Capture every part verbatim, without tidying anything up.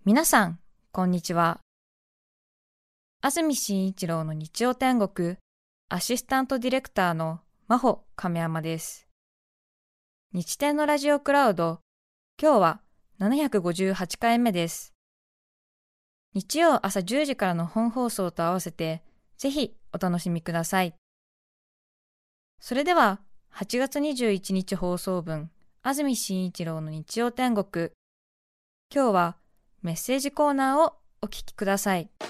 皆さんこんにちは。安住紳一郎の日曜天国アシスタントディレクターの真帆亀山です。日天のラジオクラウド、今日はななひゃくごじゅうはちかいめです。日曜朝じゅうじからの本放送と合わせてぜひお楽しみください。それでははちがつにじゅういちにち放送分、安住紳一郎の日曜天国、今日はメッセージコーナーをお聞きください。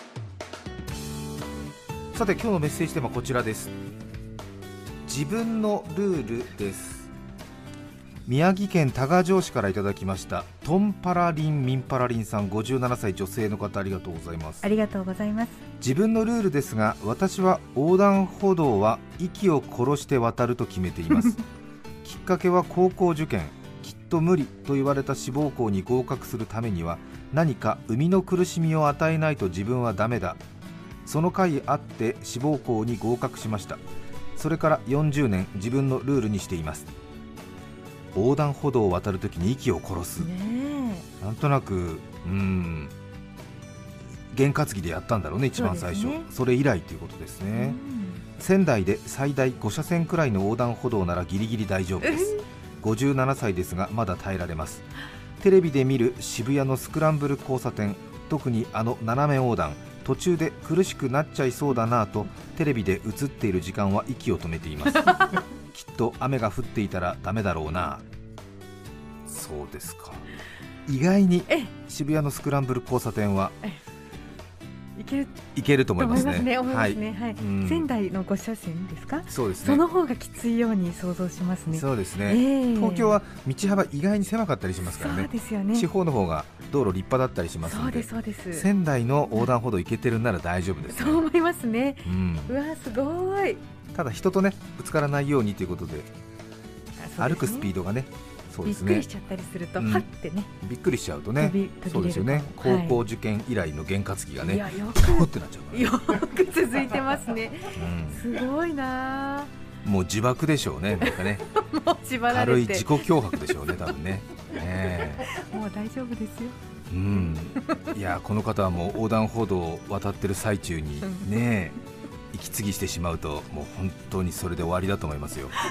さて今日のメッセージテーマはこちらです。自分のルールです。宮城県多賀城市からいただきました。トンパラリンミンパラリンさん、ごじゅうななさい女性の方、ありがとうございます。 ありがとうございます。 自分のルールですが、私は横断歩道は息を殺して渡ると決めていますきっかけは高校受験、きっと無理と言われた志望校に合格するためには何か生みの苦しみを与えないと自分はダメだ。その回あって志望校に合格しました。それからよんじゅうねん自分のルールにしています。横断歩道を渡るときに息を殺す、ね、なんとなくうーん験担ぎでやったんだろうね、一番最初。 そ,、ね、それ以来ということですね。仙台で最大ごしゃせんくらいの横断歩道ならギリギリ大丈夫です。ごじゅうななさいですがまだ耐えられます。テレビで見る渋谷のスクランブル交差点、特にあの斜め横断、途中で苦しくなっちゃいそうだなとテレビで映っている時間は息を止めていますきっと雨が降っていたらダメだろうな。そうですか。意外に渋谷のスクランブル交差点はいける、いけると思いますね。 仙台のご車線ですか。 そうですね。 その方がきついように想像しますね。 そうですね、えー、東京は道幅意外に狭かったりしますからね。 そうですよね。 地方の方が道路立派だったりしますので、 そうですそうです。仙台の横断歩道行けてるなら大丈夫です、ね、 そう思いますね、うん、うわすごい。 ただ人とねぶつからないようにということで、で、ね、歩くスピードがね、そうですね、 びっくりしちゃったりすると、うん、はってね、 びっくりしちゃうとね、そうですよね、高校受験以来の験担ぎがね、 はい、いやよくってなっちゃうから、ね、 よく続いてますね、うん、すごいな。 もう自爆でしょうね、なんかねもう縛られて軽い自己脅迫でしょうね、多分ねねもう大丈夫ですよ。 うん、いやこの方はもう横断歩道を渡ってる最中にね、うん、息継ぎしてしまうともう本当にそれで終わりだと思いますよ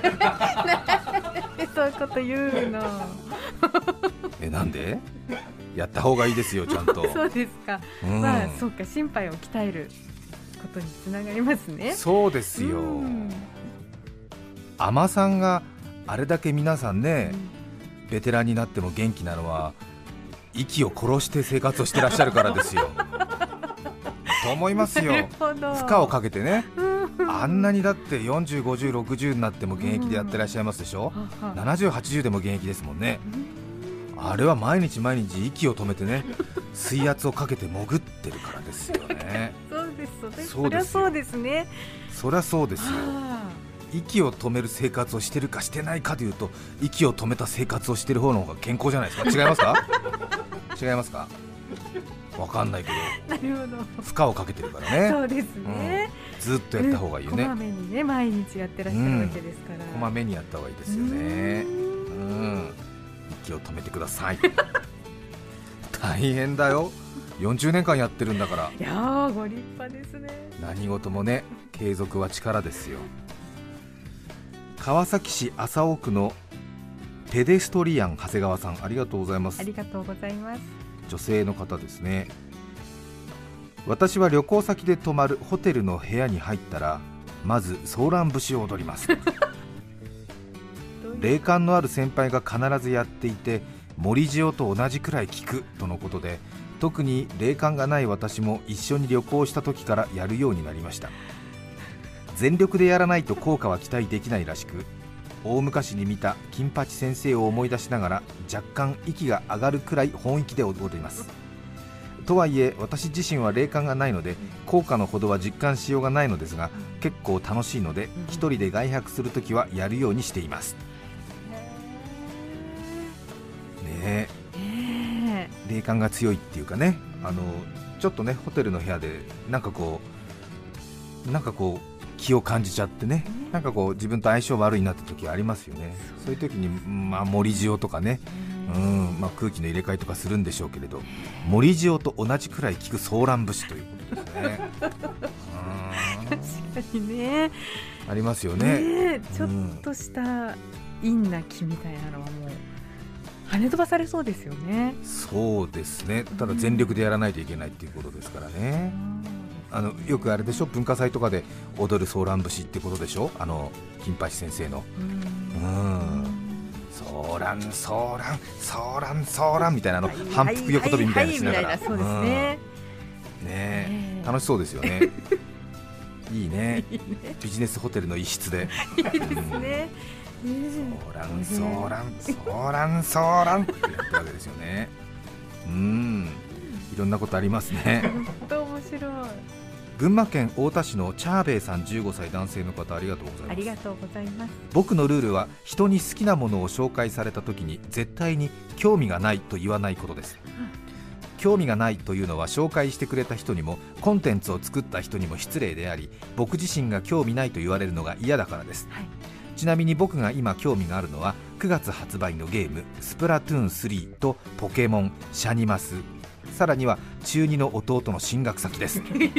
そういうこと言うのえ、なんでやった方がいいですよ、ちゃんとそうですか、うん、まあそうか、心肺を鍛えることにつながりますね。 そうですよ、海女さんがあれだけ皆さんね、うん、ベテランになっても元気なのは息を殺して生活をしてらっしゃるからですよと思いますよ。負荷をかけてね、あんなにだってよんじゅう、ごじゅう、ろくじゅうになっても現役でやってらっしゃいますでしょ、うん、ななじゅう、はちじゅうでも現役ですもんね。あれは毎日毎日息を止めてね水圧をかけて潜ってるからですよねそうですそうです。そりゃそうですね。 そりゃそうですよ。息を止める生活をしてるかしてないかというと、息を止めた生活をしてる方の方が健康じゃないですか。違いますか違いますか、わかんないけど、なるほど、負荷をかけてるからね。 そうですね、 うん、ずっとやった方がいいよね、 うん、こまめにね、毎日やってらっしゃるわけですから、 うん、こまめにやった方がいいですよね。うん、息を止めてください大変だよ、よんじゅうねんかんやってるんだから。 いやー、ご立派ですね。 何事もね、継続は力ですよ。川崎市麻生区のペデストリアン長谷川さん、ありがとうございます。 ありがとうございます。 女性の方ですね。私は旅行先で泊まるホテルの部屋に入ったらまずソーラン節を踊ります霊感のある先輩が必ずやっていて、森塩と同じくらい効くとのことで、特に霊感がない私も一緒に旅行した時からやるようになりました。全力でやらないと効果は期待できないらしく、大昔に見た金八先生を思い出しながら若干息が上がるくらい本気で踊ります。とはいえ私自身は霊感がないので効果のほどは実感しようがないのですが、結構楽しいので一人で外泊するときはやるようにしています。ねえ、霊感が強いっていうかね、あのちょっとねホテルの部屋でなんかこうなんかこう気を感じちゃってね、なんかこう自分と相性悪いなって時ありますよね。そういう時に、まあ、森塩とかねうんまあ、空気の入れ替えとかするんでしょうけれど、森塩と同じくらい効くソーラン節ということですね。 確かにね。 ありますよね。 ねちょっとした陰な気みたいなのはもう跳ね飛ばされそうですよね。 そうですね。ただ全力でやらないといけないっていうことですからね。あのよくあれでしょ、文化祭とかで踊るソーラン節ってことでしょ、あの金八先生のうんソーランソーランソーランソーランみたいなの、反復横跳びみたいなしながら、 そうですね。 ね、楽しそうですよね。いいね。ビジネスホテルの一室でいいですね。 ソーランソーランソーランソーランってやってるわけですよね。うん、いろんなことありますね。 本当面白い。 群馬県太田市のチャーベイさんじゅうごさい男性の方、ありがとうございます。 ありがとうございます。 僕のルールは人に好きなものを紹介された時に絶対に興味がないと言わないことです、うん、興味がないというのは紹介してくれた人にもコンテンツを作った人にも失礼であり、僕自身が興味ないと言われるのが嫌だからです、はい、ちなみに僕が今興味があるのはくがつ発売のゲームスプラトゥーンスリーとポケモン、シャニマス、さらには中にの弟の進学先です。いいね。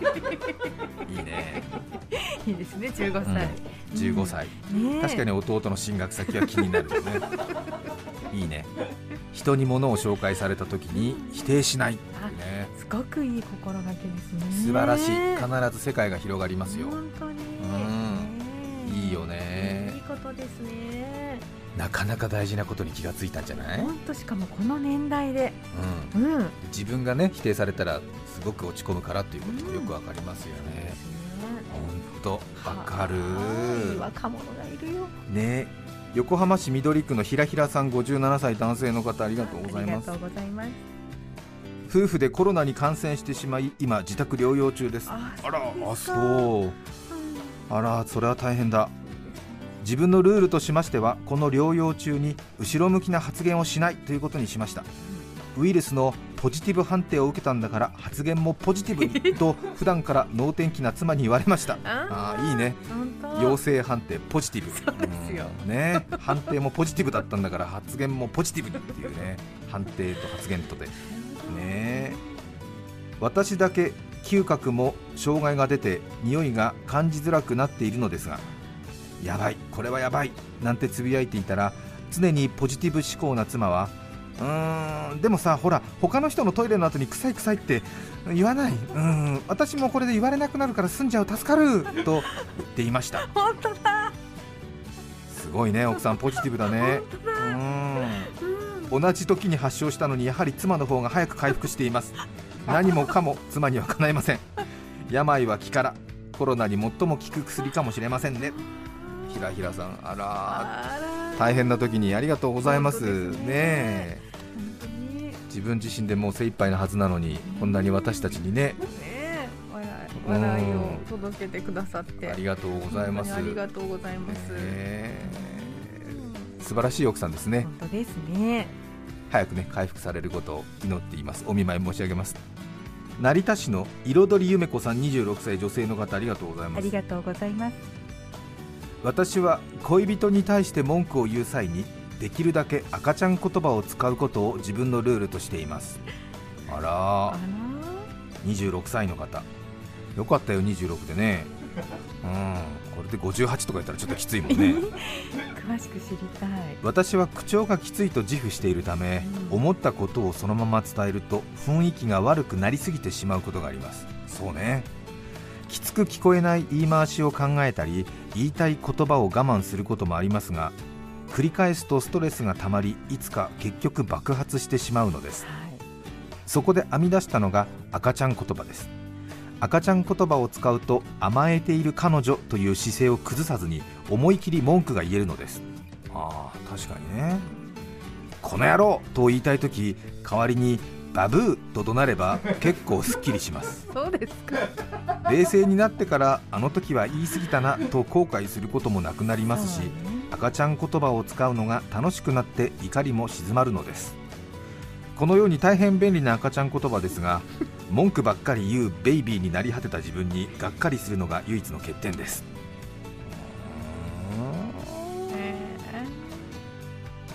いいですね。じゅうごさい、 うん、じゅうごさい、ね、確かに弟の進学先は気になるよね。いいね。人に物を紹介された時に否定しない、ね、 すごくいい心がけですね。 素晴らしい。必ず世界が広がりますよ。 本当に、 うん、いいよね。 いいことですね。 なかなか大事なことに気がついたんじゃない？ 本当、しかもこの年代で、 うんうん、自分がね否定されたらすごく落ち込むからということもよくわかりますよね。本当わかる。 若者がいるよね。横浜市緑区のひらひらさんごじゅうななさい男性の方、ありがとうございます。 ありがとうございます。 夫婦でコロナに感染してしまい今自宅療養中です。 あ, あらあそう、うん、あらそれは大変だ。自分のルールとしましてはこの療養中に後ろ向きな発言をしないということにしました。ウイルスのポジティブ判定を受けたんだから発言もポジティブにと普段から能天気な妻に言われました。ああいいね。陽性判定ポジティブ。 そうですよ、 うん、ね、判定もポジティブだったんだから発言もポジティブにっていうね、判定と発言とでね。私だけ嗅覚も障害が出て匂いが感じづらくなっているのですが、やばいこれはやばいなんてつぶやいていたら常にポジティブ思考な妻は、うーんでもさほら他の人のトイレの後に臭い臭いって言わない、うーん私もこれで言われなくなるから済んじゃう、助かると言っていました。 本当だ。 すごいね、奥さんポジティブだね。 本当だ。 うーん同じ時に発症したのにやはり妻の方が早く回復しています。何もかも妻には叶いません。病は気から、コロナに最も効く薬かもしれませんね。ひらひらさん、あら大変な時にありがとうございますね。自分自身でもう精一杯なはずなのにこんなに私たちに ね, ね笑, 笑いを届けてくださってありがとうございます。 ありがとうございます、 ね、素晴らしい奥さんですね。 本当ですね。 早くね回復されることを祈っています。お見舞い申し上げます。成田市の彩りゆめ子さんにじゅうろくさい女性の方、ありがとうございます。 ありがとうございます。 私は恋人に対して文句を言う際にできるだけ赤ちゃん言葉を使うことを自分のルールとしています。あらあらにじゅうろくさいの方、よかったよにじゅうろくでね。うん、これでごじゅうはちとか言ったらちょっときついもんね。 詳しく知りたい。 私は口調がきついと自負しているため、うん、思ったことをそのまま伝えると雰囲気が悪くなりすぎてしまうことがあります。そうね、きつく聞こえない言い回しを考えたり言いたい言葉を我慢することもありますが、繰り返すとストレスがたまりいつか結局爆発してしまうのです、はい、そこで編み出したのが赤ちゃん言葉です。赤ちゃん言葉を使うと甘えている彼女という姿勢を崩さずに思い切り文句が言えるのです。ああ確かにね。この野郎と言いたいとき代わりにバブーと怒鳴れば結構すっきりします。 そうですか。 冷静になってからあの時は言い過ぎたなと後悔することもなくなりますし、ね、赤ちゃん言葉を使うのが楽しくなって怒りも静まるのです。このように大変便利な赤ちゃん言葉ですが文句ばっかり言うベイビーになり果てた自分にがっかりするのが唯一の欠点です。きっ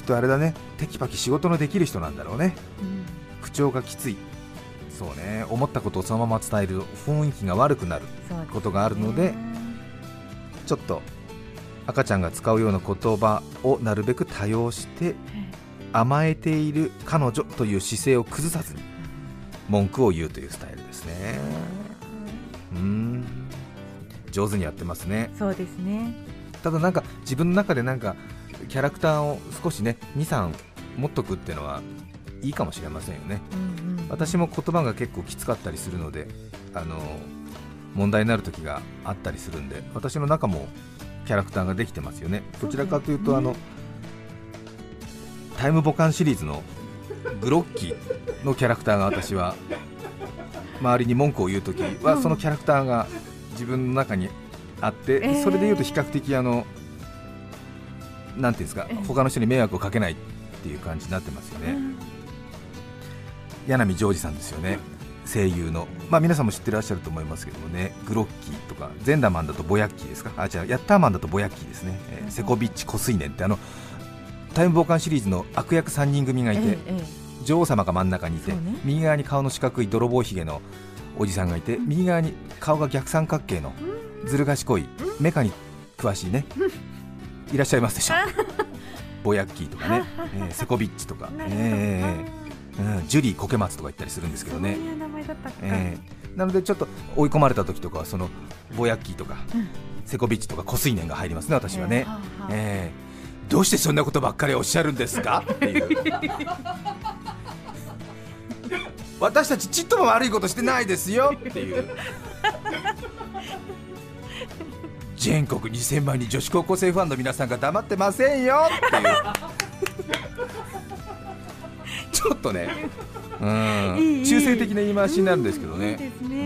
とあれだね、テキパキ仕事のできる人なんだろうね、 うん、 口調がきつい、そうね、思ったことをそのまま伝える雰囲気が悪くなることがあるので、ちょっと赤ちゃんが使うような言葉をなるべく多用して甘えている彼女という姿勢を崩さずに文句を言うというスタイルですね。うーん、上手にやってますね。 そうですね。 ただなんか自分の中でなんかキャラクターを少しね にさん持っとくっていうのはいいかもしれませんよね、うんうんうん、私も言葉が結構きつかったりするので、あの問題になる時があったりするんで、私の中もキャラクターができてますよね。どちらかというと、あのタイムボカンシリーズのグロッキーのキャラクターが私は周りに文句を言うときはそのキャラクターが自分の中にあって、うん、それで言うと比較的あのなんていうんですか、他の人に迷惑をかけないっていう感じになってますよね、うん、柳ジョージさんですよね、声優の、まあ、皆さんも知ってらっしゃると思いますけどもね、グロッキーとかゼンダーマンだとボヤッキーですか、あ、違う、ヤッターマンだとボヤッキーですね、えー、セコビッチ・コスイネンってあのタイムボカンシリーズの悪役さんにん組がいて、ええ、女王様が真ん中にいて、ね、右側に顔の四角い泥棒ひげのおじさんがいて、右側に顔が逆三角形のずる賢いメカに詳しいねいらっしゃいますでしょボヤッキーとかね、えー、セコビッチとか、えーうん、ジュリー・コケマツとか言ったりするんですけどね、そういう名前だったっけ、えー、なのでちょっと追い込まれた時とかはそのボヤッキーとか、うん、セコビッチとかコスイネンが入りますね、私はね、えーははえー、どうしてそんなことばっかりおっしゃるんですかっていう私たちちっとも悪いことしてないですよっていう全国にせんまん人女子高校生ファンの皆さんが黙ってませんよっていうちょっとね、うん、いい中性的な言い回しになるんですけどね、うん、いいですね、うん、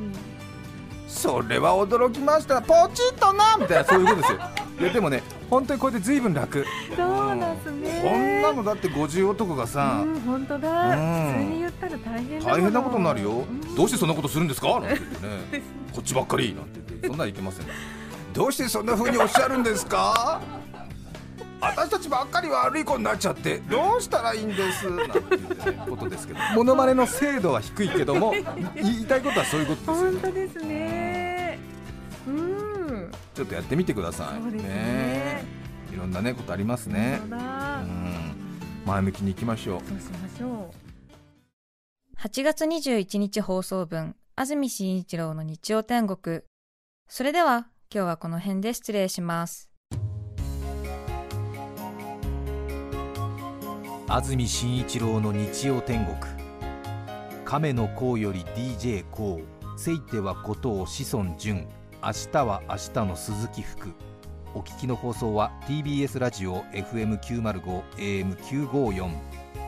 それは驚きました、ポチッとなみたいな、そういうことですよ。いやでもね、本当にこうやって随分楽。 そうですね、 こんなのだってごじゅう男がさ、 うん、本当だ、うん、普通に言ったら大変だ大変なことになるよ、うん、どうしてそんなことするんですかなんて言ってねこっちばっかりなんて言って、そんなんいけません、ね、どうしてそんな風におっしゃるんですか私たちばっかり悪い子になっちゃってどうしたらいいんですなんて言って、ね、ことですけど、モノマネの精度は低いけども言いたいことはそういうことですよね。 本当ですね、うん、 ちょっとやってみてください。 そうですね、 ね、いろんな、ね、ことありますね。 本当だ、 うん、前向きにいきましょう。 そうしましょう。 はちがつにじゅういちにち放送分、安住紳一郎の日曜天国。それでは今日はこの辺で失礼します。 安住紳一郎の日曜天国。亀の甲より ディージェー 甲、せいてはことを子孫淳、明日は明日の鈴木福。お聞きの放送は ティービーエス ラジオ エフエムきゅうまるご エーエムきゅうごよん。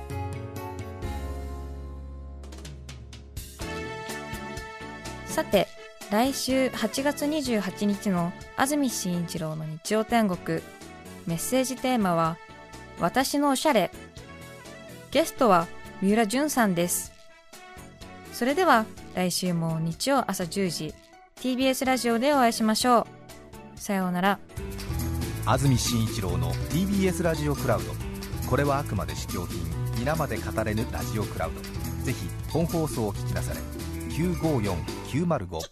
さて、来週はちがつにじゅうはちにちの安住紳一郎の日曜天国、メッセージテーマは私のおしゃれ。ゲストは三浦淳さんです。それでは来週も日曜朝じゅうじ ティービーエス ラジオでお会いしましょう。さようなら。 安住紳一郎の ティービーエス ラジオクラウド。これはあくまで試供品、皆まで語れぬラジオクラウド。ぜひ本放送を聞きなされ。きゅうごよんきゅうまるご。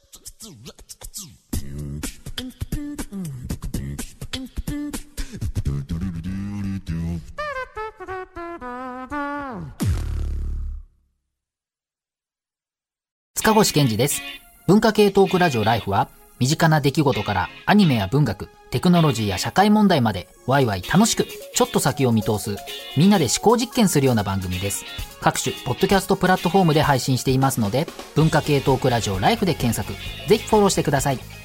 塚越健二です。文化系トークラジオライフは、身近な出来事からアニメや文学、テクノロジーや社会問題までワイワイ楽しくちょっと先を見通す、みんなで思考実験するような番組です。各種ポッドキャストプラットフォームで配信していますので、文化系トークラジオライフで検索、ぜひフォローしてください。